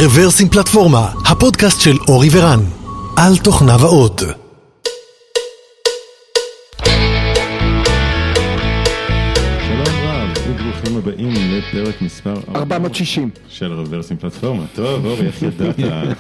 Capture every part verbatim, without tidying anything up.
רוורסים פלטפורמה, הפודקאסט של אורי ורן, על תוכנה ועוד. שלום רב, וברוכים הבאים לפרק מספר ארבע מאות שישים של רוורסים פלטפורמה. טוב, אורי, איך ידעת?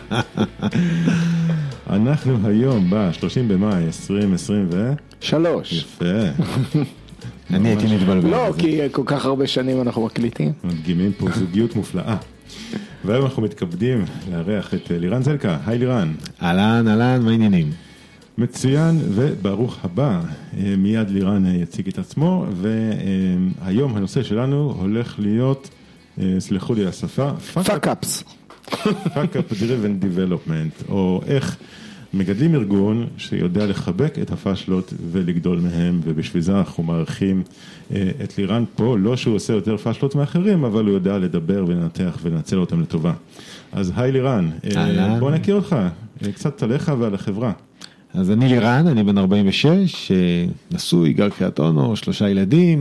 אנחנו היום ב-שלושים במאי עשרים עשרים ושלוש. יפה. אני הייתי מתבלבל. לא, כי כל כך הרבה שנים אנחנו מקליטים. מדגימים פה זוגיות מופלאה. והיום אנחנו מתכבדים לארח את לירן זלקה. היי לירן. אהלן, אהלן, מה העניינים? מצוין וברוך הבא. מיד לירן יציג את עצמו, והיום הנושא שלנו הולך להיות, סלחו לי השפה, פאק-אפס. פאק-אפ driven development, או איך מגדלים ארגון שיודע לחבק את הפשלות ולגדול מהם, ובשביל זה אנחנו מערכים את לירן פה, לא שהוא עושה יותר פשלות מאחרים, אבל הוא יודע לדבר ולנתח ולנצל אותם לטובה. אז היי לירן, בוא נכיר אותך, קצת עליך ועל החברה. אז אני לירן, אני בן ארבעים ושש, נשוי, גר קריית אונו, שלושה ילדים,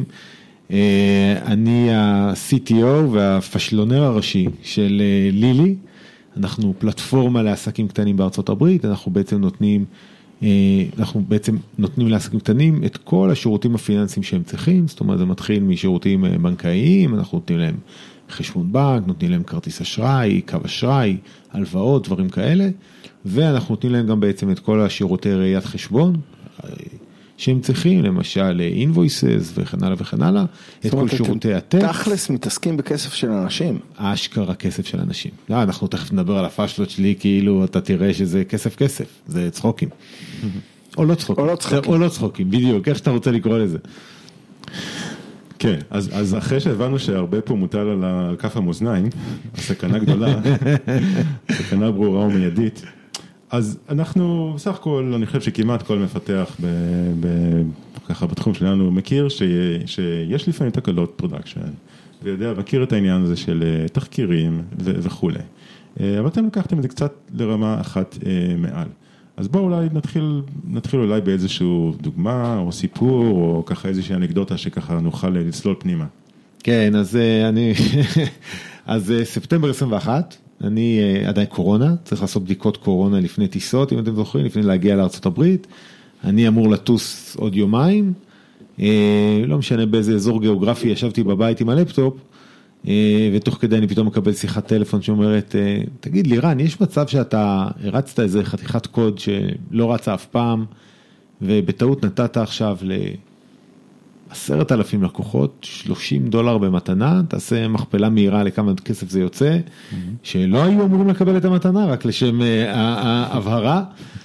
אני ה-סי טי או והפשלונר הראשי של לילי, אנחנו פלטפורמה לעסקים קטנים בארצות הברית, אנחנו בעצם נותנים, אנחנו בעצם נותנים לעסקים קטנים את כל השירותים הפיננסיים שהם צריכים, זאת אומרת זה מתחיל משירותים בנקאיים, אנחנו נותנים להם חשבון בנק, נותנים להם כרטיס אשראי, קו אשראי, הלוואות, דברים כאלה, ואנחנו נותנים להם גם בעצם את כל השירותי ראיית חשבון, שהם צריכים, למשל invoices וכן הלאה וכן הלאה, את כל שירותי הטקסט. תכלס מתעסקים בכסף של אנשים. אשכרה כסף של אנשים. לא, אנחנו תכף נדבר על הפשלות שלי, כאילו אתה תראה שזה כסף כסף, זה צחוקים. או לא צחוקים. או לא צחוקים. או לא צחוקים, בדיוק, איך שאתה רוצה לקרוא לזה. כן, אז, אז אחרי שהבנו שהרבה פה מוטל על כף המאזניים, הסכנה גדולה, סכנה ברורה ומיידית, אז אנחנו, בסך הכל, אני חושב שכמעט כל מפתח ב, ב, ככה בתחום שלנו מכיר ש, שיש לפעמים תקלות פרודקשן, ויודע, מכיר את העניין הזה של תחקירים ו, וכו'. אבל אתם לקחתם את זה קצת לרמה אחת מעל. אז בואו אולי נתחיל, נתחיל אולי באיזשהו דוגמה או סיפור, או ככה איזושהי אנקדוטה שככה נוכל לצלול פנימה. כן, אז אני, אז ספטמבר עשרים ואחת, אני עדיין קורונה, צריך לעשות בדיקות קורונה לפני טיסות, אם אתם זוכרים, לפני להגיע לארצות הברית, אני אמור לטוס עוד יומיים, לא משנה באיזה אזור גיאוגרפי, ישבתי בבית עם הלפטופ, ותוך כדי אני פתאום מקבל שיחת טלפון שאומרת, תגיד לירן, יש מצב שאתה הרצת איזה חתיכת קוד שלא רצה אף פעם, ובטעות נתת עכשיו לעשרת אלפים לקוחות, שלושים דולר במתנה, תעשה מכפלה מהירה לכמה כסף זה יוצא, שלא היו אמורים לקבל את המתנה, רק לשם ההבהרה.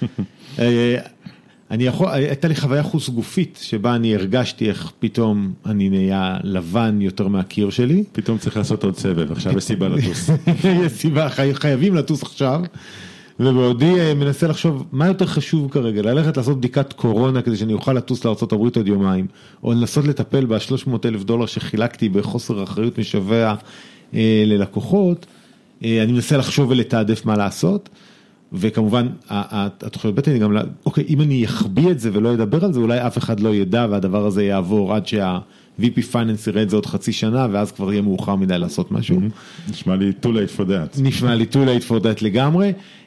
אני יכול, הייתה לי חוויה חוץ גופית, שבה אני הרגשתי איך פתאום אני נהיה לבן יותר מהקיר שלי. פתאום צריך לעשות עוד סבב, עכשיו יש סיבה לטוס. יש סיבה, חייבים לטוס עכשיו, ובעודי מנסה לחשוב מה יותר חשוב כרגע, ללכת לעשות בדיקת קורונה כדי שאני אוכל לטוס לארצות הברית עוד יומיים, או לנסות לטפל ב-שלוש מאות אלף דולר שחילקתי בחוסר אחריות משווה אה, ללקוחות, אה, אני מנסה לחשוב ולתעדף מה לעשות, וכמובן, התוכניות בטן היא גם, אוקיי, אם אני אחביא את זה ולא אדבר על זה, אולי אף אחד לא ידע, והדבר הזה יעבור עד שה-וי פי Finance יראה את זה עוד חצי שנה, ואז כבר יהיה מאוחר מדי לעשות משהו. נשמע לי too late for that. נשמע לי too late for that לגמרי.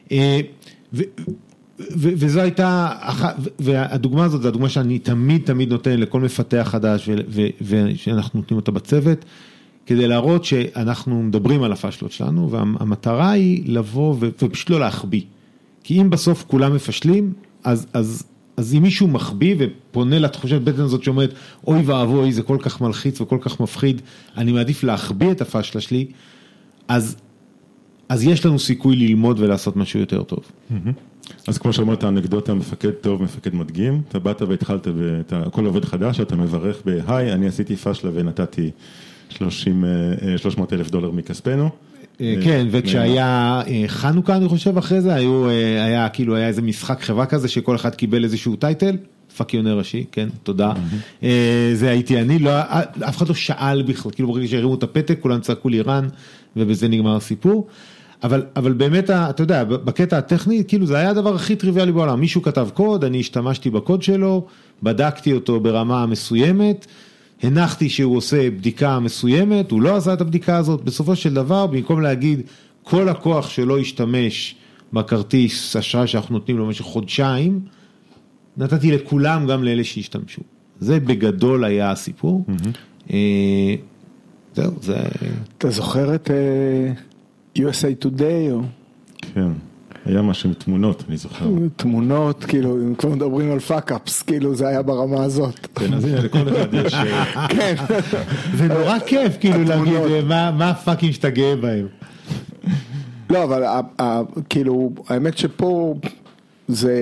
וזו הייתה, והדוגמה הזאת, זו הדוגמה שאני תמיד תמיד נותן לכל מפתח חדש, ושאנחנו נותנים אותה בצוות, כדי להראות שאנחנו מדברים על הפשלות שלנו, והמטרה היא לבוא ופשוט לא להחביא. כי אם בסוף כולם מפשלים, אז, אז, אז אם מישהו מחביא ופונה לתחושת בטן הזאת שאומרת, אוי ואבוי, זה כל כך מלחיץ וכל כך מפחיד, אני מעדיף להחביא את הפשלה שלי, אז, אז יש לנו סיכוי ללמוד ולעשות משהו יותר טוב. אז כמו שאומרת, האנקדוטה, מפקד טוב, מפקד מדגים, אתה באת והתחלת, כל עובד חדש, אתה מברך בהיי, אני עשיתי פשלה ונתתי שלושים, שלוש מאות אלף דולר מכספנו. כן, וכשהיה חנוכה, אני חושב, אחרי זה, היו, היה, כאילו, היה איזה משחק חברה כזה, שכל אחד קיבל איזשהו טייטל, פקיונר ראשי, כן, תודה. זה הייתי אני, לא, אף אחד לא שאל בכלל, כאילו, ברגע שהרימו את הפתק, כולם צעקו לירן, ובזה נגמר הסיפור. אבל, אבל באמת, אתה יודע, בקטע הטכני, כאילו, זה היה הדבר הכי טריוויאלי בעולם. מישהו כתב קוד, אני השתמשתי בקוד שלו, בדקתי אותו ברמה מסוימת, הנחתי שהוא עושה בדיקה מסוימת, הוא לא עשה את הבדיקה הזאת, בסופו של דבר, במקום להגיד, כל הכוח שלא ישתמש בכרטיס אשראי שאנחנו נותנים לו במשך חודשיים, נתתי לכולם גם לאלה שהשתמשו. זה בגדול היה הסיפור. זהו, זה... אתה זוכר את יו אס איי Today או? כן, היה משהו עם תמונות, אני זוכר. תמונות, כאילו, אם כבר מדברים על פאק-אפס, כאילו זה היה ברמה הזאת. כן, אז הנה, לכל אחד יש... כן. זה נורא כיף, כאילו, להגיד, מה הפאקים שאתה גאה בהם? לא, אבל כאילו, האמת שפה זה...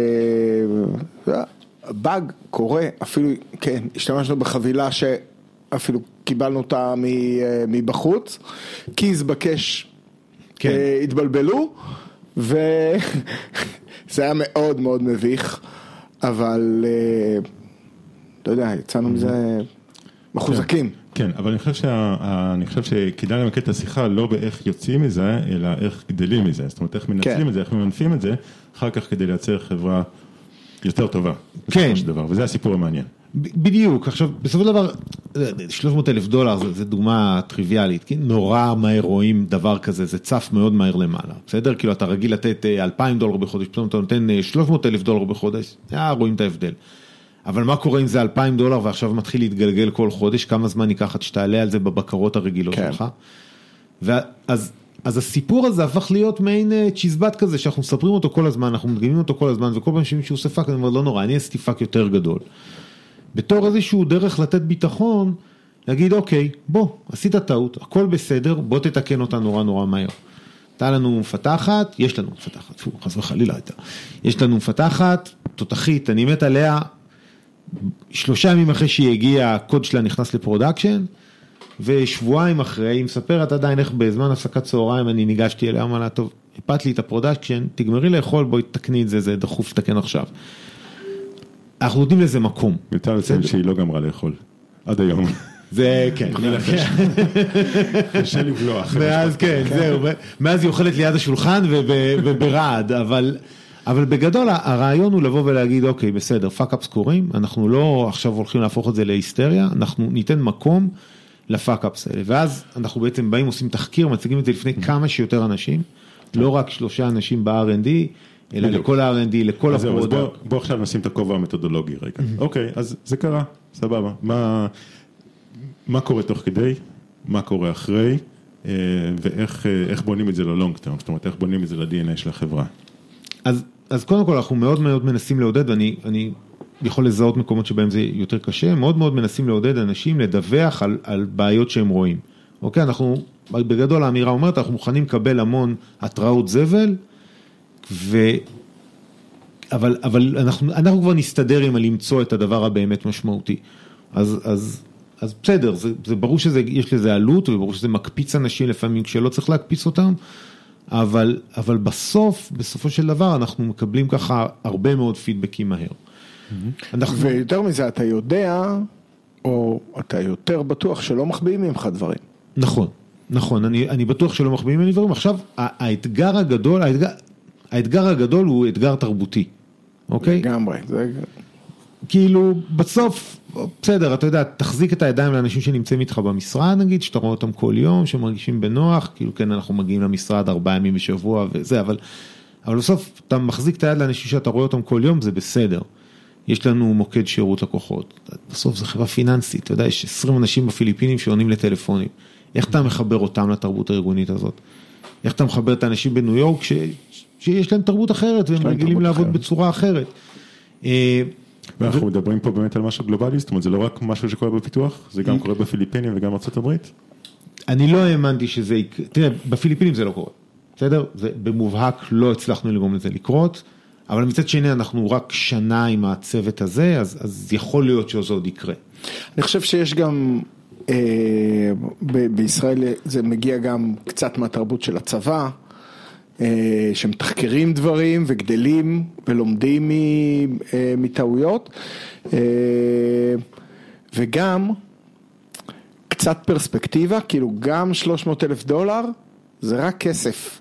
באג קורה, אפילו, כן, השתמשנו בחבילה שאפילו קיבלנו אותה מבחוץ, קיז בקש התבלבלו, וזה היה מאוד מאוד מביך, אבל אתה יודע, יצאנו מזה מחוזקים. כן, אבל אני חושב שה, אני חושב שכדאי למקד את השיחה לא באיך יוצאים מזה, אלא איך גדלים מזה, זאת אומרת איך מנצלים את זה, איך ממנפים את זה, אחר כך כדי לייצר חברה יותר טובה, כן. דבר, וזה הסיפור המעניין. בדיוק, עכשיו, בסופו של דבר, שלוש מאות אלף דולר, זה, זה דוגמה טריוויאלית, כן? נורא מהר רואים דבר כזה, זה צף מאוד מהר למעלה, בסדר? כאילו, אתה רגיל לתת אלפיים דולר בחודש, פתאום אתה נותן שלוש מאות אלף דולר בחודש, אה, רואים את ההבדל. אבל מה קורה אם זה אלפיים דולר, ועכשיו מתחיל להתגלגל כל חודש, כמה זמן ייקח עד שתעלה על זה בבקרות הרגילות כן. שלך? ואז, אז הסיפור הזה הפך להיות מעין צ'יזבט כזה, שאנחנו מספרים אותו כל הזמן, אנחנו מדגימים אותו כל הזמן, וכל פעם שמישהו עושה פאק, אני אומר, לא נורא, אני עשיתי פאק יותר גדול. בתור איזשהו דרך לתת ביטחון, להגיד, אוקיי, בוא, עשית טעות, הכל בסדר, בוא תתקן אותה נורא נורא מהר. הייתה לנו מפתחת, יש לנו מפתחת, פו, חס וחלילה הייתה. יש לנו מפתחת, תותחית, אני מת עליה, שלושה ימים אחרי שהיא הגיעה, הקוד שלה נכנס לפרודקשן, ושבועיים אחרי, היא מספרת עדיין איך בזמן הפסקת צהריים, אני ניגשתי אליה, אמרה לה, טוב, הפת לי את הפרודקשן, תגמרי לאכול, בואי תקני את זה, זה דחוף לתקן עכשיו. אנחנו נותנים לזה מקום. יותר לציין שהיא לא גמרה לאכול, עד היום. זה, כן. קשה לבלוח. מאז, כן, זהו. מאז היא אוכלת ליד השולחן וברעד, אבל... אבל בגדול הרעיון הוא לבוא ולהגיד, אוקיי, בסדר, פאק-אפס קורים, אנחנו לא עכשיו הולכים להפוך את זה להיסטריה, אנחנו ניתן מקום לפאק-אפס האלה, ואז אנחנו בעצם באים, עושים תחקיר, מציגים את זה לפני כמה שיותר אנשים, לא רק שלושה אנשים ב-אר אנד די, אלא לכל ה-אר אנד די, לכל הפרודקט. בוא עכשיו נשים את הכובע המתודולוגי רגע. אוקיי, אז זה קרה, סבבה. מה קורה תוך כדי, מה קורה אחרי, ואיך בונים את זה ללונג טרם, זאת אומרת, איך בונים את זה ל-די אן איי של החברה. אז אז קודם כל אנחנו מאוד מאוד מנסים לעודד, ואני אני יכול לזהות מקומות שבהם זה יותר קשה, מאוד מאוד מנסים לעודד אנשים לדווח על, על בעיות שהם רואים. אוקיי, אנחנו, בגדול האמירה אומרת, אנחנו מוכנים לקבל המון התראות זבל, ו... אבל, אבל אנחנו, אנחנו כבר נסתדר עם למצוא את הדבר הבאמת משמעותי. אז, אז, אז בסדר, זה, זה ברור שיש לזה עלות, וברור שזה מקפיץ אנשים לפעמים כשלא צריך להקפיץ אותם, אבל, אבל בסוף, בסופו של דבר, אנחנו מקבלים ככה הרבה מאוד פידבקים מהר. אנחנו... ויותר מזה, אתה יודע, או אתה יותר בטוח שלא מחביאים ממך דברים. נכון, נכון, אני, אני בטוח שלא מחביאים ממך דברים. עכשיו, האתגר הגדול, האתגר, האתגר הגדול הוא אתגר תרבותי, אוקיי? לגמרי, זה... כאילו, בסוף, בסדר, אתה יודע, תחזיק את הידיים לאנשים שנמצאים איתך במשרד, נגיד, שאתה רואה אותם כל יום, שמרגישים בנוח, כאילו, כן, אנחנו מגיעים למשרד ארבעה ימים בשבוע וזה, אבל, אבל בסוף, אתה מחזיק את היד לאנשים שאתה רואה אותם כל יום, זה בסדר. יש לנו מוקד שירות לקוחות. בסוף, זה חברה פיננסית, אתה יודע, יש עשרים אנשים בפיליפינים שעונים לטלפונים. איך אתה מחבר אותם לתרבות הארגונית הזאת? איך אתה מחבר את האנשים בניו יורק, ש... שיש להם תרבות אחרת, והם רגילים לעבוד בצורה אחרת. ואנחנו מדברים פה באמת על משהו גלובלי, זאת אומרת, זה לא רק משהו שקורה בפיתוח, זה גם קורה בפיליפינים וגם ארצות הברית? אני לא האמנתי שזה, תראה, בפיליפינים זה לא קורה, בסדר? זה במובהק לא הצלחנו לגרום לזה לקרות, אבל מצד שני אנחנו רק שנה עם הצוות הזה, אז, אז יכול להיות שזה עוד יקרה. אני חושב שיש גם, אה, ב- בישראל זה מגיע גם קצת מהתרבות של הצבא, שמתחקרים דברים וגדלים ולומדים מטעויות, וגם קצת פרספקטיבה, כאילו גם שלוש מאות אלף דולר זה רק כסף.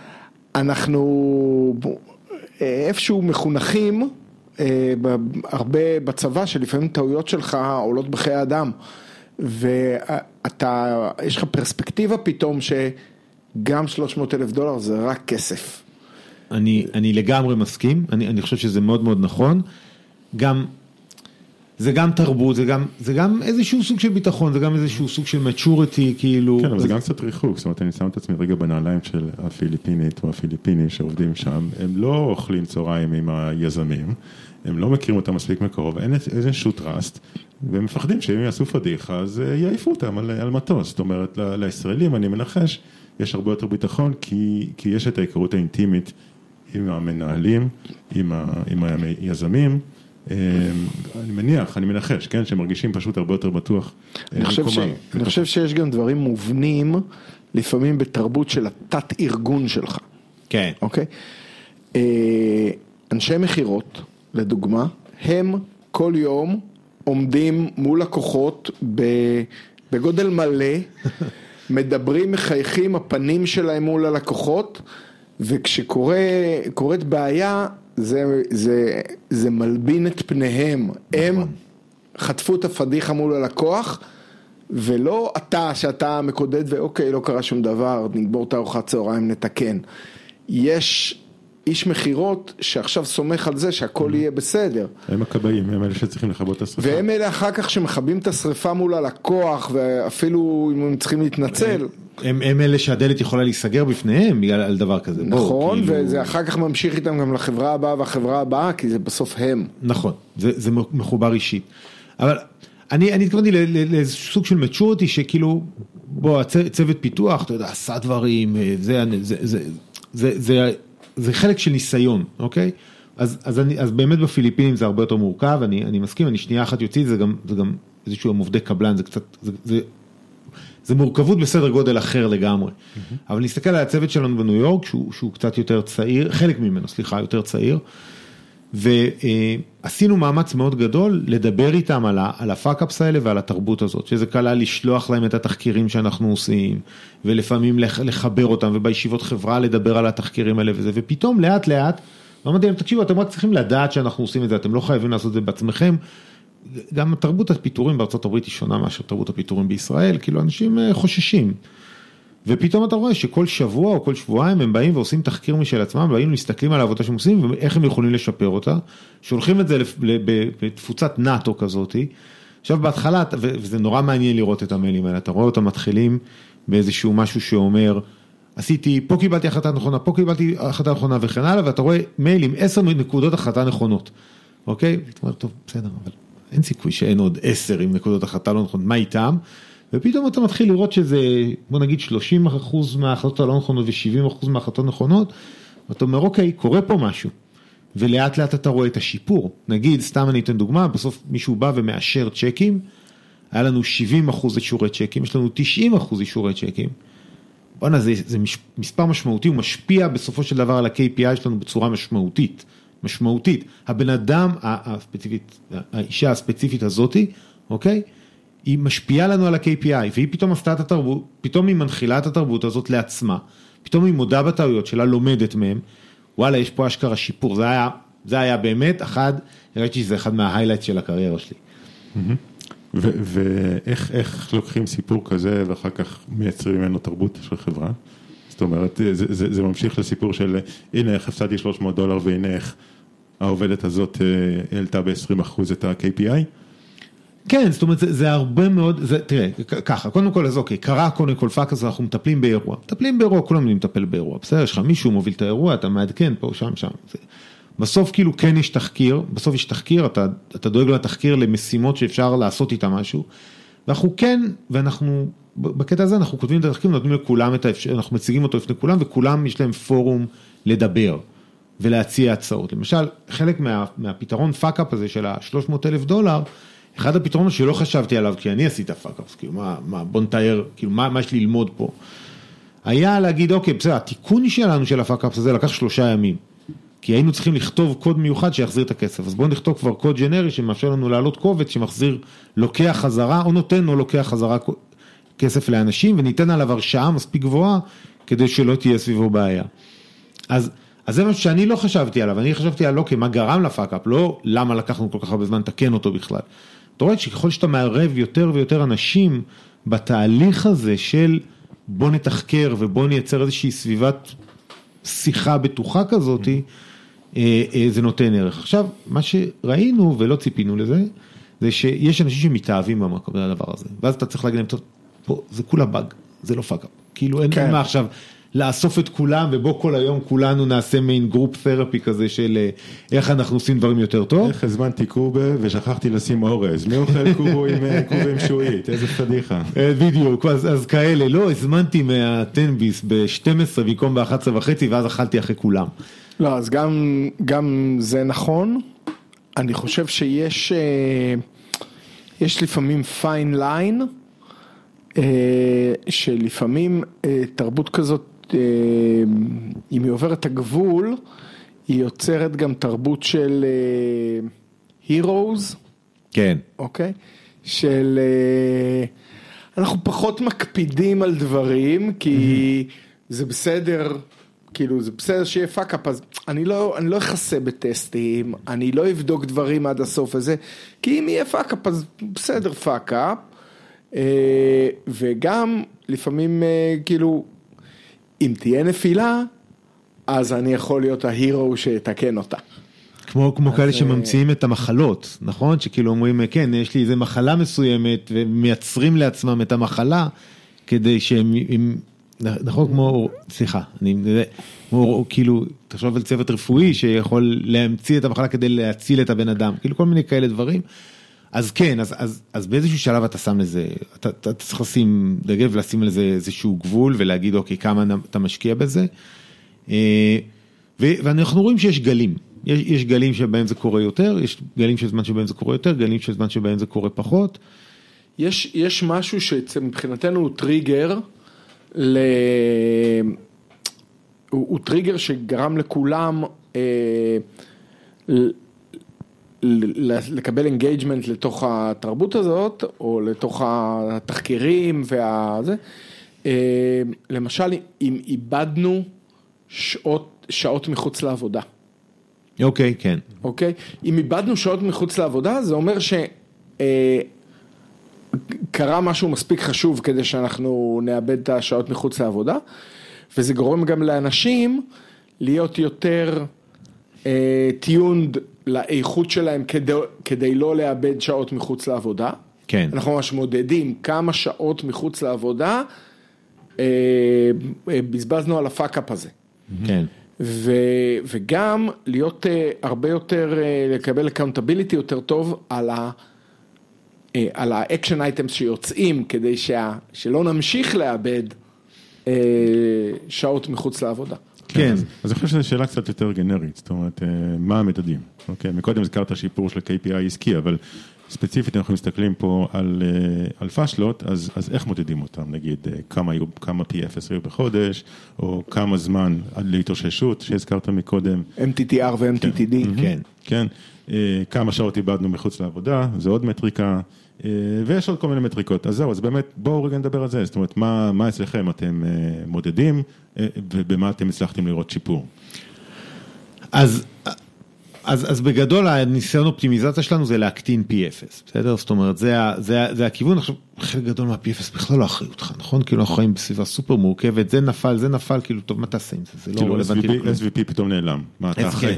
אנחנו איפשהו מחונכים הרבה בצבא שלפעמים טעויות שלך עולות בחיי אדם, ואתה, יש לך פרספקטיבה פתאום ש גם שלוש מאות אלף דולר זה רק כסף. אני, אני לגמרי מסכים, אני, אני חושב שזה מאוד מאוד נכון, גם, זה גם תרבות, זה גם, זה גם איזשהו סוג של ביטחון, זה גם איזשהו סוג של maturity, כאילו. כן, אבל זה גם קצת ריחוק, זאת אומרת, אני שם את עצמי רגע בנעליים של הפיליפינית או הפיליפיני שעובדים שם, הם לא אוכלים צהריים עם היזמים, הם לא מכירים אותם מספיק מקרוב, אין איזשהו טראסט, והם מפחדים שאם יעשו פדיחה, אז יעיפו אותם על, על מטוס, זאת אומרת, ל, לישראלים, אני מנחש, יש הרבה יותר ביטחון, כי, כי יש את ההיכרות האינטימית עם המנהלים, עם, ה, עם היזמים, אני מניח, אני מנחש, כן, שמרגישים פשוט הרבה יותר בטוח. אני חושב, ש... אני חושב שיש גם דברים מובנים, לפעמים בתרבות של התת ארגון שלך. כן. אוקיי? אנשי מחירות, לדוגמה, הם כל יום עומדים מול לקוחות בגודל מלא, מדברים, מחייכים, הפנים שלהם מול הלקוחות, וכשקורית בעיה, זה, זה, זה מלבין את פניהם. הם חטפו את הפדיחה מול הלקוח, ולא אתה שאתה מקודד ואוקיי, לא קרה שום דבר, נגבור את הארוחת צהריים, נתקן. יש איש מחירות שעכשיו סומך על זה שהכל יהיה בסדר. הם הקבעים, הם אלה שצריכים לכבות את השריפה. והם אלה אחר כך שמחבים את השריפה מול הלקוח, ואפילו אם הם צריכים להתנצל. הם, הם אלה שהדלת יכולה להיסגר בפניהם בגלל על דבר כזה. נכון, בוא, כאילו... וזה אחר כך ממשיך איתם גם לחברה הבאה והחברה הבאה, כי זה בסוף הם. נכון, זה, זה מחובר אישית. אבל אני, אני התכוונתי לסוג של maturity שכאילו, בוא, צוות פיתוח, אתה יודע, עשה דברים, זה, זה, זה, זה, זה, זה חלק של ניסיון, אוקיי? אז, אז, אני, אז באמת בפיליפינים זה הרבה יותר מורכב, אני, אני מסכים, אני שנייה אחת יוציא, זה גם, זה גם איזשהו עובדי קבלן, זה קצת, זה, זה, זה מורכבות בסדר גודל אחר לגמרי. Mm-hmm. אבל נסתכל על הצוות שלנו בניו יורק, שהוא, שהוא קצת יותר צעיר, חלק ממנו, סליחה, יותר צעיר, ועשינו מאמץ מאוד גדול לדבר איתם על, על הפאקאפס האלה ועל התרבות הזאת, שזה קלה לשלוח להם את התחקירים שאנחנו עושים, ולפעמים לחבר אותם, ובישיבות חברה לדבר על התחקירים האלה וזה, ופתאום לאט לאט, ואמרתי להם, תקשיבו, אתם רק צריכים לדעת שאנחנו עושים את זה, אתם לא חייבים לעשות את זה בעצמכם, גם תרבות הפיתורים בארצות הברית היא שונה מאשר תרבות הפיתורים בישראל, כאילו אנשים חוששים. ופתאום אתה רואה שכל שבוע או כל שבועיים הם באים ועושים תחקיר משל עצמם, באים ומסתכלים על העבודה שהם עושים, ואיך הם יכולים לשפר אותה, שולחים את זה בתפוצת נאטו כזאת. עכשיו בהתחלה, וזה נורא מעניין לראות את המיילים האלה, אתה רואה אותם מתחילים באיזשהו משהו שאומר, עשיתי, פה קיבלתי החלטה נכונה, פה קיבלתי החלטה נכונה וכן הלאה, ואתה רואה מיילים, עשר נקודות החלטה נכונות. אוקיי? ואתה אומר, טוב, בסדר, אבל אין סיכוי שאין עוד עשר עם נקודות החלטה לא נכונות, מה איתם? ופתאום אתה מתחיל לראות שזה, בוא נגיד, שלושים אחוז מההחלטות הלא נכונות ו-שבעים אחוז מההחלטות נכונות, ואתה אומר, אוקיי, קורה פה משהו, ולאט לאט אתה רואה את השיפור. נגיד, סתם אני אתן דוגמה, בסוף מישהו בא ומאשר צ'קים, היה לנו שבעים אחוז אישורי צ'קים, יש לנו תשעים אחוז אישורי צ'קים, בוא'נה, זה, זה מספר משמעותי, הוא משפיע בסופו של דבר על ה-קיי פי איי שלנו בצורה משמעותית, משמעותית. הבן אדם הספציפית, האישה הספציפית הזאתי, אוקיי? היא משפיעה לנו על ה-קיי פי איי, והיא פתאום עשתה את התרבות, פתאום היא מנחילה את התרבות הזאת לעצמה, פתאום היא מודה בטעויות שלה, לומדת מהם, וואלה, יש פה אשכרה שיפור, זה היה, זה היה באמת אחד, הראיתי שזה אחד מה-highlights של הקריירה שלי. ואיך, איך לוקחים סיפור כזה, ואחר כך מייצרים ממנו תרבות של חברה? זאת אומרת, זה, זה, זה ממשיך לסיפור של, הנה איך הפסדתי שלוש מאות דולר, והנה איך העובדת הזאת העלתה ב-עשרים אחוז את ה-קיי פי איי? כן, זאת אומרת, זה, זה הרבה מאוד, זה, תראה, ככה, קודם כל, אז אוקיי, קרה קודם כל פאק, אז אנחנו מטפלים באירוע, מטפלים באירוע, כולם מטפל באירוע, בסדר, יש לך מישהו מוביל את האירוע, אתה מעדכן פה, שם, שם, זה, בסוף כאילו כן יש תחקיר, בסוף יש תחקיר, אתה, אתה דואג לתחקיר למשימות שאפשר לעשות איתה משהו, ואנחנו כן, ואנחנו, בקטע הזה אנחנו כותבים את התחקיר, נותנים לכולם את האפשר, אנחנו מציגים אותו לפני כולם, וכולם יש להם פורום לדבר, ולהציע הצעות. למשל, חלק מה, מהפתרון פאק-אפ הזה של ה-שלוש מאות אלף דולר, אחד הפתרונות שלא חשבתי עליו, כי אני עשיתי פאק-אפ, כאילו מה, מה, בוא נתאר, כאילו מה, מה יש לי ללמוד פה, היה להגיד, אוקיי, בסדר, התיקון שלנו של הפאק-אפ הזה לקח שלושה ימים, כי היינו צריכים לכתוב קוד מיוחד שיחזיר את הכסף, אז בואו נכתוב כבר קוד ג'נרי שמאפשר לנו לעלות קובץ שמחזיר, לוקח חזרה, או נותן או לוקח חזרה כסף לאנשים, וניתן עליו הרשאה מספיק גבוהה, כדי שלא תהיה סביבו בעיה. אז, אז זה מה שאני לא חשבתי עליו, אני חשבתי על אוקיי, מה גרם לפאק-אפ, לא למה לקחנו כל כך הרבה זמן לתקן אותו בכלל. אתה רואה שככל שאתה מערב יותר ויותר אנשים בתהליך הזה של בוא נתחקר ובוא נייצר איזושהי סביבת שיחה בטוחה כזאת, זה נותן ערך. עכשיו, מה שראינו ולא ציפינו לזה, זה שיש אנשים שמתאהבים במקום הדבר הזה, ואז אתה צריך להגיד להם, טוב, פה זה כולה באג, זה לא פאק-אפ. כאילו אין מה עכשיו לאסוף את כולם, ובוא כל היום כולנו נעשה מיין גרופ תרפי כזה של איך אנחנו עושים דברים יותר טוב. איך הזמנתי קובה ושכחתי לשים אורז, מי אוכל קובו עם שועית, איזה פדיחה. בדיוק, אז כאלה, לא, הזמנתי מהטנביס ב-שתים עשרה במקום ב-אחת עשרה וחצי, ואז אכלתי אחרי כולם. לא, אז גם, גם זה נכון, אני חושב שיש, יש לפעמים פיין ליין, שלפעמים תרבות כזאת, אם היא עוברת את הגבול, היא יוצרת גם תרבות של heroes. כן. אוקיי? של, אנחנו פחות מקפידים על דברים, כי זה בסדר, כאילו זה בסדר שיהיה פאק-אפ, אז אני לא, אני לא אחסה בטסטים, אני לא אבדוק דברים עד הסוף הזה, כי אם יהיה פאק-אפ, אז בסדר פאק-אפ, וגם לפעמים כאילו, אם תהיה נפילה, אז אני יכול להיות ההירו שיתקן אותה. כמו, כמו כאלה שממציאים את המחלות, נכון? שכאילו אומרים, כן, יש לי איזו מחלה מסוימת, ומייצרים לעצמם את המחלה, כדי שהם, נכון, כמו, סליחה, אני, כמו, כאילו, תחשוב על צוות רפואי, שיכול להמציא את המחלה כדי להציל את הבן אדם, כאילו כל מיני כאלה דברים, אז כן, אז, אז, אז באיזשהו שלב אתה שם לזה, אתה, אתה צריך לשים דגל ולשים לזה איזשהו גבול, ולהגיד, אוקיי, כמה אתה משקיע בזה, ואנחנו רואים שיש גלים, יש, יש גלים שבהם זה קורה יותר, יש גלים של זמן שבהם זה קורה יותר, גלים של זמן שבהם זה קורה פחות. יש, יש משהו שמבחינתנו הוא טריגר, ל... הוא, הוא טריגר שגרם לכולם אה, ל... לקבל אינגייג'מנט לתוך התרבות הזאת, או לתוך התחקירים והזה. למשל, אם איבדנו שעות, שעות מחוץ לעבודה. אוקיי, כן. אוקיי? אם איבדנו שעות מחוץ לעבודה, זה אומר שקרה משהו מספיק חשוב כדי שאנחנו נאבד את השעות מחוץ לעבודה, וזה גורם גם לאנשים להיות יותר טיונד לאיכות שלהם כדי, כדי לא לאבד שעות מחוץ לעבודה. כן. אנחנו ממש מודדים כמה שעות מחוץ לעבודה אה, בזבזנו על הפאק-אפ הזה. כן. ו, וגם להיות אה, הרבה יותר, אה, לקבל accountability יותר טוב על ה... אה, על האקשן אייטמס שיוצאים, כדי שה, שלא נמשיך לאבד אה, שעות מחוץ לעבודה. כן. אז אני חושב שזו שאלה קצת יותר גנרית, זאת אומרת, מה המדדים? אוקיי, מקודם הזכרת שיפור של ה-קיי פי איי עסקי, אבל ספציפית אנחנו מסתכלים פה על, על פאשלות, אז, אז איך מודדים אותם? נגיד, כמה, כמה פי אפס היו בחודש, או כמה זמן עד להתאוששות, שהזכרת מקודם. אם טי טי אר ו-אם טי טי די. כן. כן. כמה שעות איבדנו מחוץ לעבודה, זה עוד מטריקה, ויש עוד כל מיני מטריקות. אז זהו, אז באמת, בואו רגע נדבר על זה. זאת אומרת, מה, מה אצלכם אתם מודדים, ובמה אתם הצלחתם לראות שיפור? אז, אז, אז בגדול, הניסיון אופטימיזציה שלנו זה להקטין פי אפס, בסדר? זאת אומרת, זה, זה, זה הכיוון. עכשיו, חלק גדול מה-פי אפס בכלל לא אחריות אותך, נכון? כאילו, אנחנו חיים בסביבה סופר מורכבת, זה נפל, זה נפל, כאילו, טוב, מה תעשה עם זה? זה לא רלוונטי לכלום. אס וי פי פתאום נעלם. מה אתה אחראי?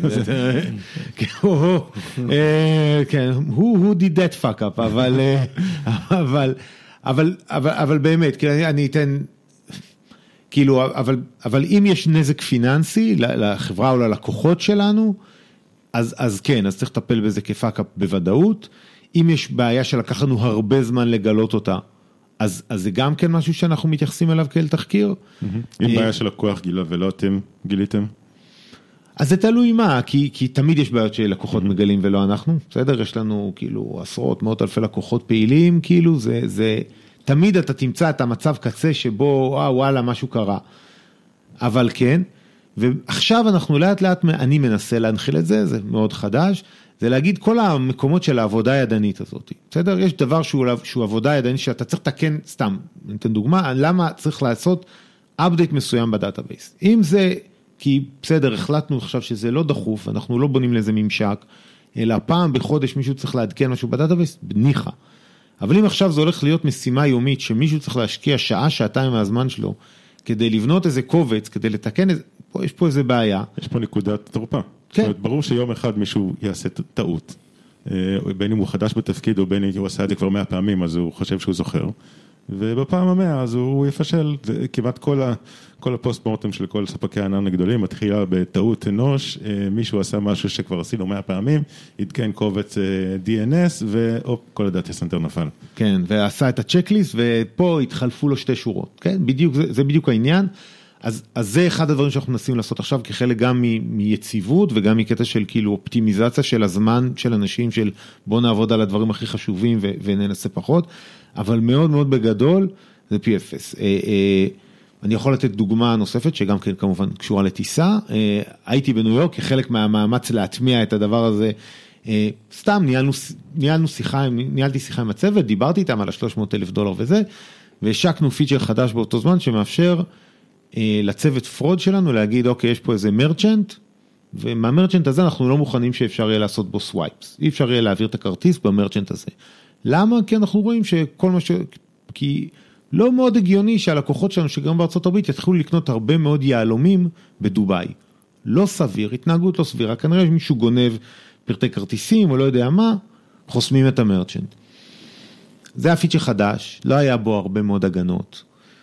כן, הוא did that fuck up, אבל, אבל, אבל, אבל באמת, אני אתן, כאילו, אבל, אבל אם יש נזק פיננסי לחברה או ללקוחות שלנו, אז, אז כן, אז צריך לטפל בזה כפאק-אפ בוודאות. אם יש בעיה שלקח לנו הרבה זמן לגלות אותה, אז, אז זה גם כן משהו שאנחנו מתייחסים אליו כאל תחקיר. אם בעיה של לקוח גילה ולא אתם גיליתם? אז זה תלוי מה, כי, כי תמיד יש בעיות שלקוחות מגלים ולא אנחנו, בסדר? יש לנו כאילו עשרות, מאות אלפי לקוחות פעילים, כאילו זה, זה, תמיד אתה תמצא את המצב קצה שבו, אה, וואלה, משהו קרה. אבל כן, ועכשיו אנחנו לאט לאט, אני מנסה להנחיל את זה, זה מאוד חדש, זה להגיד כל המקומות של העבודה הידנית הזאת, בסדר? יש דבר שהוא, שהוא עבודה ידנית שאתה צריך לתקן, סתם, ניתן דוגמה, למה צריך לעשות update מסוים בדאטאבייס. אם זה, כי בסדר, החלטנו עכשיו שזה לא דחוף, אנחנו לא בונים לזה ממשק, אלא פעם בחודש מישהו צריך לעדכן משהו בדאטאבייס, בניחה. אבל אם עכשיו זה הולך להיות משימה יומית, שמישהו צריך להשקיע שעה, שעתיים מהזמן שלו, כדי לבנות איזה קובץ, כדי לתקן, פה, יש פה איזה בעיה. יש פה נקודת תורפה. כן. זאת אומרת, ברור שיום אחד מישהו יעשה טעות, בין אם הוא חדש בתפקיד, או בין אם הוא עשה את זה כבר מאה פעמים, אז הוא חושב שהוא זוכר. ובפעם המאה, אז הוא יפשל, כמעט כל, ה, כל הפוסט-מורטם של כל ספקי הענן הגדולים, מתחילה בטעות אנוש, מישהו עשה משהו שכבר עשינו מאה פעמים, התקן קובץ די אן אס, ואופ, כל הדאטה סנטר נפל. כן, ועשה את הצ'קליסט, ופה התחלפו לו שתי שורות, כן? בדיוק, זה, זה בדיוק העניין. אז, אז זה אחד הדברים שאנחנו מנסים לעשות עכשיו, כחלק גם מ, מיציבות, וגם מקטע של כאילו אופטימיזציה של הזמן של אנשים, של בוא נעבוד על הדברים הכי חשובים, ו, וננסה פחות. אבל מאוד מאוד בגדול זה פי אפס. אני יכול לתת דוגמה נוספת, שגם כן כמובן קשורה לטיסה. הייתי בניו יורק, כחלק מהמאמץ להטמיע את הדבר הזה, סתם ניהלנו, ניהלנו שיחה, ניהלתי שיחה עם הצוות, דיברתי איתם על ה-שלוש מאות אלף דולר וזה, והשקנו פיצ'ר חדש באותו זמן, שמאפשר לצוות פרוד שלנו להגיד, אוקיי, יש פה איזה מרצ'נט, ומהמרצ'נט הזה אנחנו לא מוכנים שאפשר יהיה לעשות בו סווייפס. אי אפשר יהיה להעביר את הכרטיס במרצ'נט הזה. למה? כי אנחנו רואים שכל מה ש... כי לא מאוד הגיוני שהלקוחות שלנו שגם בארצות הברית יתחילו לקנות הרבה מאוד יעלומים בדוביי. לא סביר, התנהגות לא סבירה. כנראה מישהו גונב פרטי כרטיסים או לא יודע מה, חוסמים את המרצ'נט. זה הפיצ'ר חדש, לא היה בו הרבה מאוד הגנות.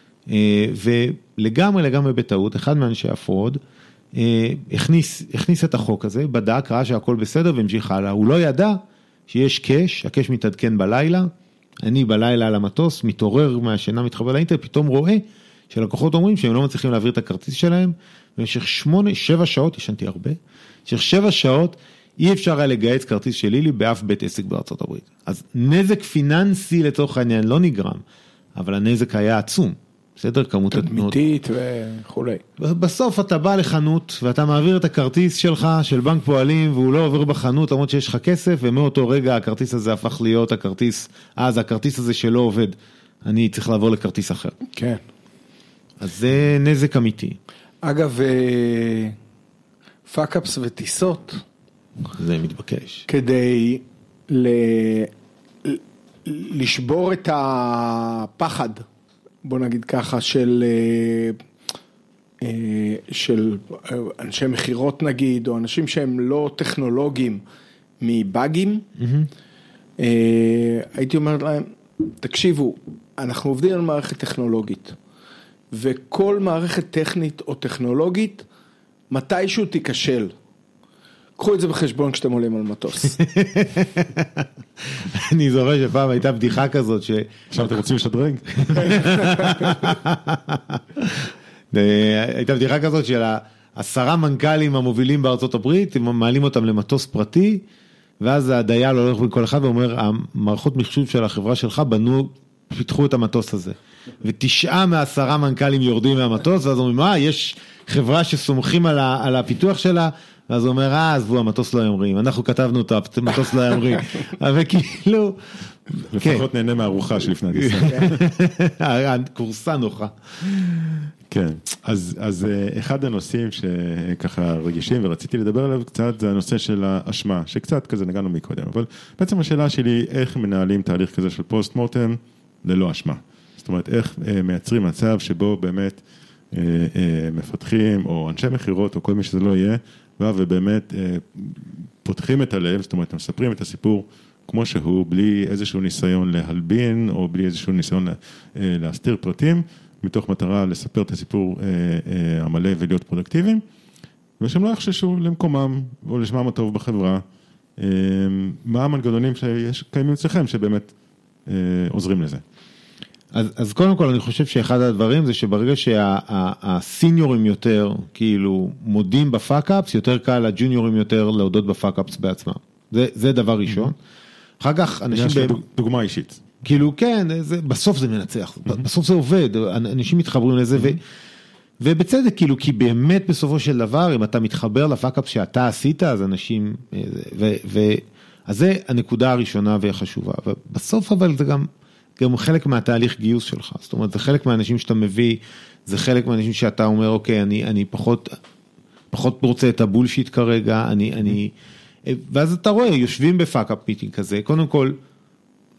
ולגמרי לגמרי בטעות, אחד מאנשי הפרוד, הכניס, הכניס את החוק הזה, בדק, ראה שהכל בסדר והמשיך הלאה. הוא לא ידע שיש קש, הקש מתעדכן בלילה, אני בלילה על המטוס, מתעורר מהשינה, מתחבר לאינטרנט, פתאום רואה שלקוחות אומרים שהם לא מצליחים להעביר את הכרטיס שלהם, במשך שמונה, שבע שעות, ישנתי הרבה, במשך שבע שעות, אי אפשר היה לגייס כרטיס של לילי באף בית עסק בארצות הברית. אז נזק פיננסי לצורך העניין לא נגרם, אבל הנזק היה עצום. בסדר, כמות תדמיתית וכו'. בסוף אתה בא לחנות, ואתה מעביר את הכרטיס שלך, של בנק פועלים, והוא לא עובר בחנות, למרות שיש לך כסף, ומאותו רגע הכרטיס הזה הפך להיות הכרטיס, אז הכרטיס הזה שלא עובד, אני צריך לעבור לכרטיס אחר. כן. אז זה נזק אמיתי. אגב, פאק-אפס וטיסות. זה מתבקש. כדי ל... לשבור את הפחד. בוא נגיד ככה, של, של אנשי מחירות נגיד, או אנשים שהם לא טכנולוגיים מבאגים, mm-hmm. הייתי אומר להם, תקשיבו, אנחנו עובדים על מערכת טכנולוגית, וכל מערכת טכנית או טכנולוגית, מתישהו תיכשל. קחו את זה בחשבון כשאתם עולים על מטוס. אני זוכר שפעם הייתה בדיחה כזאת ש... עכשיו אתם רוצים לשדרג? הייתה בדיחה כזאת של העשרה מנכ"לים המובילים בארצות הברית, הם מעלים אותם למטוס פרטי, ואז הדייל הולך בכל אחד ואומר, המערכות מחשוב של החברה שלך בנו, פיתחו את המטוס הזה. ותשעה מעשרה מנכ"לים יורדים מהמטוס, ואז אומרים, מה, יש חברה שסומכים על הפיתוח שלה, ואז הוא אומר, אה, אז בוא, המטוס לא ימרים, אנחנו כתבנו אותה, המטוס לא ימרים, אבל כאילו... לפחות נהנה מהארוחה שלפני הטיסה. קורסה נוחה. כן, אז, אז אחד הנושאים שככה רגישים ורציתי לדבר עליו קצת, זה הנושא של האשמה, שקצת כזה נגענו מקודם, אבל בעצם השאלה שלי, איך מנהלים תהליך כזה של פוסט-מורטם ללא אשמה? זאת אומרת, איך מייצרים מצב שבו באמת מפתחים, או אנשי מחירות, או כל מי שזה לא יהיה, ובאמת פותחים את הלב, זאת אומרת, מספרים את הסיפור כמו שהוא, בלי איזשהו ניסיון להלבין, או בלי איזשהו ניסיון להסתיר פרטים, מתוך מטרה לספר את הסיפור המלא ולהיות פרודקטיביים, ושהם לא יחששו למקומם, או לשמם הטוב בחברה. מה המנגנונים שיש קיימים אצלכם, שבאמת עוזרים לזה? אז, אז קודם כל אני חושב שאחד הדברים זה שברגע שהסיניורים יותר כאילו מודים בפאק-אפס, יותר קל לג'וניורים יותר להודות בפאק-אפס בעצמם. זה, זה דבר ראשון. אחר כך אנשים... דוגמה אישית. כאילו כן, זה, בסוף זה מנצח, בסוף זה עובד, אנשים מתחברים לזה ו... ובצדק, כאילו, כי באמת בסופו של דבר, אם אתה מתחבר לפאק-אפס שאתה עשית, אז אנשים... ו, ו, אז זה הנקודה הראשונה והחשובה. ובסוף אבל זה גם... גם חלק מהתהליך גיוס שלך, זאת אומרת, זה חלק מהאנשים שאתה מביא, זה חלק מהאנשים שאתה אומר, אוקיי, אני, אני פחות, פחות רוצה את הבולשיט כרגע, אני, אני, ואז אתה רואה, יושבים בפאק-אפ מיטינג כזה, קודם כל,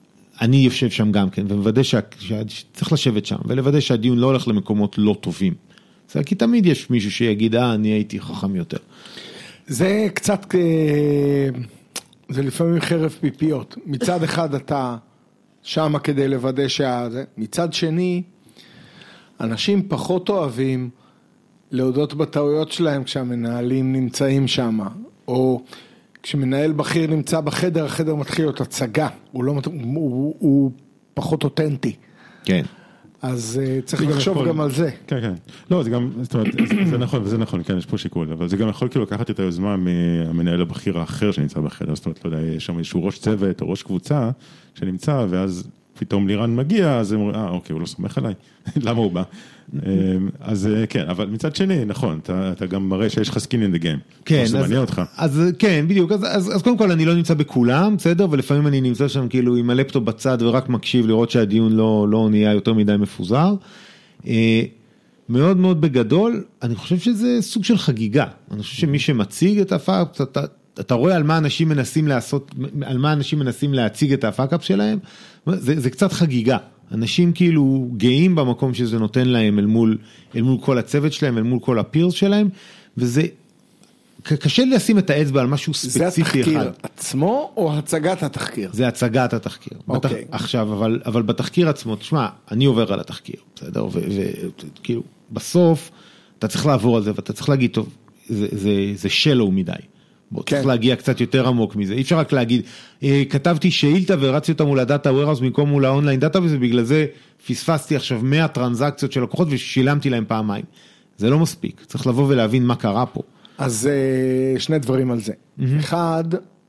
אני יושב שם גם כן, ומוודא שצריך לשבת שם, ולוודא שהדיון לא הולך למקומות לא טובים. זה כי תמיד יש מישהו שיגיד, אה, אני הייתי חכם יותר. זה קצת, זה לפעמים חרב פיפיות. מצד אחד אתה שמה כדי לוודא שזה, מצד שני, אנשים פחות אוהבים להודות בטעויות שלהם כשהמנהלים נמצאים שם, או כשמנהל בכיר נמצא בחדר, החדר מתחיל להיות הצגה, הוא, לא, הוא, הוא פחות אותנטי. כן. אז uh, צריך לחשוב יכול, גם על זה. כן, כן. לא, זה גם, זאת אומרת, זה, זה נכון, וזה נכון, כן, יש פה שיקול, אבל זה גם יכול כאילו לקחת את היוזמה מהמנהל הבכיר האחר שנמצא בחדר, זאת אומרת, לא יודע, יש שם איזשהו ראש צוות או ראש קבוצה שנמצא, ואז פתאום לירן מגיע, אז הם אומרים, אה, אוקיי, הוא לא סומך עליי, למה הוא בא? אז כן, אבל מצד שני, נכון, אתה, אתה גם מראה שיש לך skin in the game. כן, אז, אותך. אז כן, בדיוק, אז, אז, אז קודם כל אני לא נמצא בכולם, בסדר, ולפעמים אני נמצא שם כאילו עם הלפטופ בצד ורק מקשיב לראות שהדיון לא, לא נהיה יותר מדי מפוזר. מאוד מאוד בגדול, אני חושב שזה סוג של חגיגה. אני חושב שמי שמציג את הפאק, אתה, אתה רואה על מה אנשים מנסים לעשות, על מה אנשים מנסים להציג את הפאק-אפ שלהם, זה, זה קצת חגיגה. אנשים כאילו גאים במקום שזה נותן להם אל מול, אל מול כל הצוות שלהם, אל מול כל הפירס שלהם, וזה קשה לשים את האצבע על משהו ספציפי אחד. זה התחקיר עצמו או הצגת התחקיר? זה הצגת התחקיר. אוקיי. בתח... עכשיו, אבל, אבל בתחקיר עצמו, תשמע, אני עובר על התחקיר, בסדר? וכאילו, בסוף, אתה צריך לעבור על זה, ואתה צריך להגיד, טוב, זה, זה, זה שלו מדי. בוא, צריך להגיע קצת יותר עמוק מזה. אי אפשר רק להגיד, כתבתי שאילתה ורצתי אותה מול הדאטה ווירהאוס במקום מול האונליין דאטה, ובגלל זה פספסתי עכשיו מאה טרנזקציות של לקוחות ושילמתי להם פעמיים. זה לא מספיק. צריך לבוא ולהבין מה קרה פה. אז שני דברים על זה. אחד,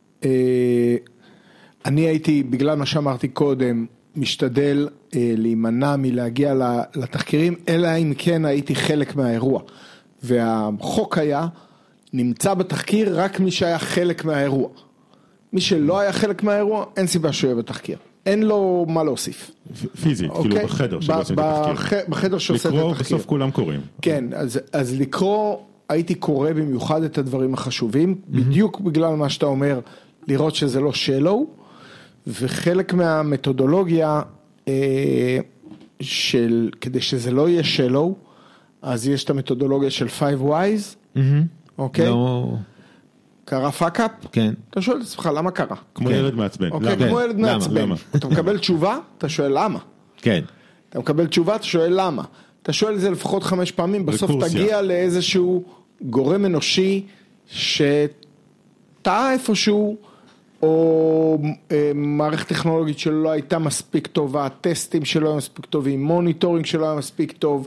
אני הייתי, בגלל מה שאמרתי קודם, משתדל להימנע מלהגיע לתחקירים, אלא אם כן הייתי חלק מהאירוע. והחוק היה, נמצא בתחקיר רק מי שהיה חלק מהאירוע. מי שלא היה חלק מהאירוע, אין סיבה שהוא יהיה בתחקיר. אין לו מה להוסיף. פיזית, כאילו בחדר שעושים את התחקיר. בחדר שעושה את התחקיר. לקרוא, בסוף כולם קוראים. כן, אז, אז לקרוא, הייתי קורא במיוחד את הדברים החשובים, בדיוק בגלל מה שאתה אומר, לראות שזה לא שלו, וחלק מהמתודולוגיה אה, של, כדי שזה לא יהיה שלו, אז יש את המתודולוגיה של five whys, אוקיי? קרה פאק-אפ? כן. אתה שואל את עצמך, למה קרה? כמו ילד מעצבן. אוקיי, כמו ילד מעצבן. אתה מקבל תשובה, אתה שואל למה? כן. אתה מקבל תשובה, אתה שואל למה? אתה שואל את זה לפחות חמש פעמים, בסוף תגיע לאיזשהו גורם אנושי שטעה איפשהו, או מערכת טכנולוגית שלא לא הייתה מספיק טובה, טסטים שלא היו מספיק טובים, מוניטורינג שלא היה מספיק טוב,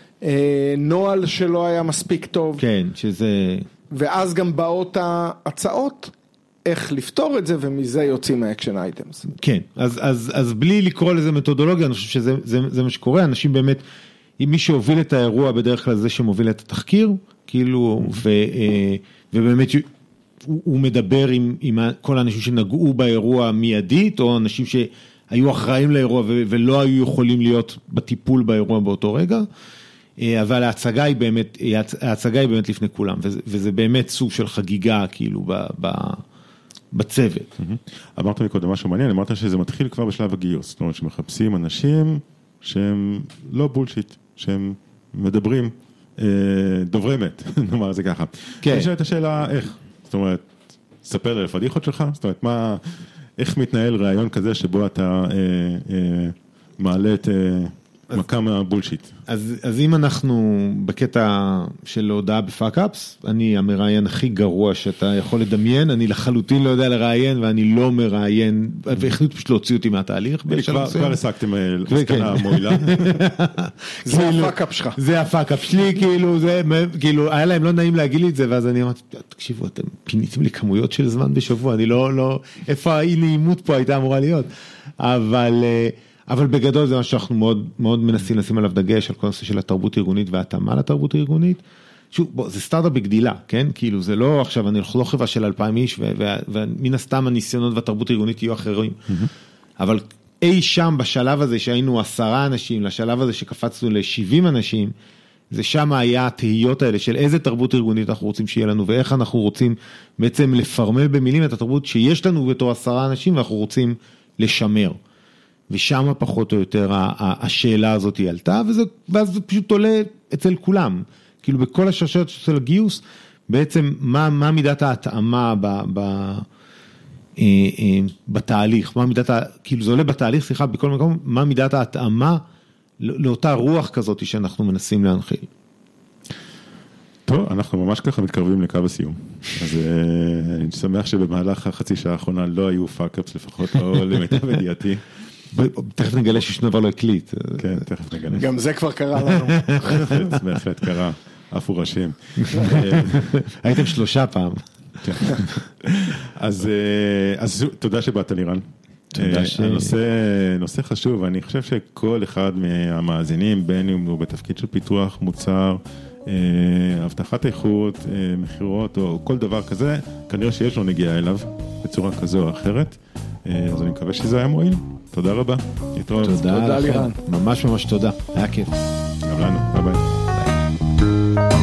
נועל שלא היה מספיק טוב. כן, שזה... ואז גם באות ההצעות, איך לפתור את זה, ומזה יוצאים האקשן אייטמס. כן, אז, אז, אז בלי לקרוא לזה מתודולוגיה, אני חושב שזה זה, זה מה שקורה, אנשים באמת, מי שהוביל את האירוע בדרך כלל זה שמוביל את התחקיר, כאילו, ו, ובאמת הוא, הוא מדבר עם, עם כל האנשים שנגעו באירוע מיידית, או אנשים שהיו אחראים לאירוע ולא היו יכולים להיות בטיפול באירוע באותו רגע, אבל ההצגה היא באמת, ההצגה היא באמת לפני כולם, וזה, וזה באמת סוג של חגיגה, כאילו, ב, ב, בצוות. אמרת מקודם משהו מעניין, אמרת שזה מתחיל כבר בשלב הגיוס, זאת אומרת שמחפשים אנשים שהם לא בולשיט, שהם מדברים, דוברי אמת, נאמר זה ככה. כן. יש את השאלה איך, זאת אומרת, ספר לי לפדיחות שלך, זאת אומרת, מה, איך מתנהל רעיון כזה שבו אתה אה, אה, מעלה את... אה, מקם הבולשיט. אז, אז אם אנחנו בקטע של הודעה בפאק-אפס, אני המראיין הכי גרוע שאתה יכול לדמיין, אני לחלוטין לא יודע לראיין, ואני לא מראיין, והחליט פשוט להוציא אותי מהתהליך. כבר הסקתם מסקנה מועילה. זה הפאק-אפ שלך. זה הפאק-אפ שלי, כאילו, זה, כאילו, היה להם לא נעים להגיד לי את זה, ואז אני אמרתי, תקשיבו, אתם פיניתם לי כמויות של זמן בשבוע, אני לא, לא, איפה האי נעימות פה הייתה אמורה להיות, אבל... אבל בגדול זה מה שאנחנו מאוד, מאוד מנסים לשים עליו דגש, על כל נושא של התרבות הארגונית והתאמה לתרבות הארגונית. שוב, בוא, זה סטארט-אפ בגדילה, כן? כאילו, זה לא עכשיו, אני לא חברה של אלפיים איש, ומן הסתם הניסיונות והתרבות הארגונית יהיו אחרים. אבל אי שם בשלב הזה שהיינו עשרה אנשים, לשלב הזה שקפצנו ל-שבעים אנשים, זה שם היה התהיות האלה של איזה תרבות ארגונית אנחנו רוצים שיהיה לנו, ואיך אנחנו רוצים בעצם לפרמל במילים את התרבות שיש לנו בתור עשרה אנשים, ואנחנו רוצים לשמר. ושם פחות או יותר השאלה הזאת היא עלתה, ואז זה פשוט עולה אצל כולם, כאילו בכל השרשרת של הגיוס, בעצם מה, מה מידת ההתאמה ב, ב, בתהליך, מה מידת, כאילו זה עולה בתהליך, סליחה, בכל מקום, מה מידת ההתאמה לאותה רוח כזאת שאנחנו מנסים להנחיל. טוב, אנחנו ממש ככה מתקרבים לקו הסיום, אז אני שמח שבמהלך החצי שעה האחרונה לא היו פאק-אפס, לפחות לא למיטב ידיעתי. תכף נגלה ששום דבר לא הקליט. כן, תכף נגלה. גם זה כבר קרה לנו. בהחלט קרה, עפו ראשים. הייתם שלושה פעם. אז תודה שבאת לירן. נושא חשוב, אני חושב שכל אחד מהמאזינים, בין אם הוא בתפקיד של פיתוח מוצר, הבטחת איכות, מחירות או כל דבר כזה, כנראה שיש לו נגיעה אליו בצורה כזו או אחרת, אז אני מקווה שזה היה מועיל. תודה רבה. תודה לירן. ממש ממש תודה, היה כיף. גם לנו, ביי ביי.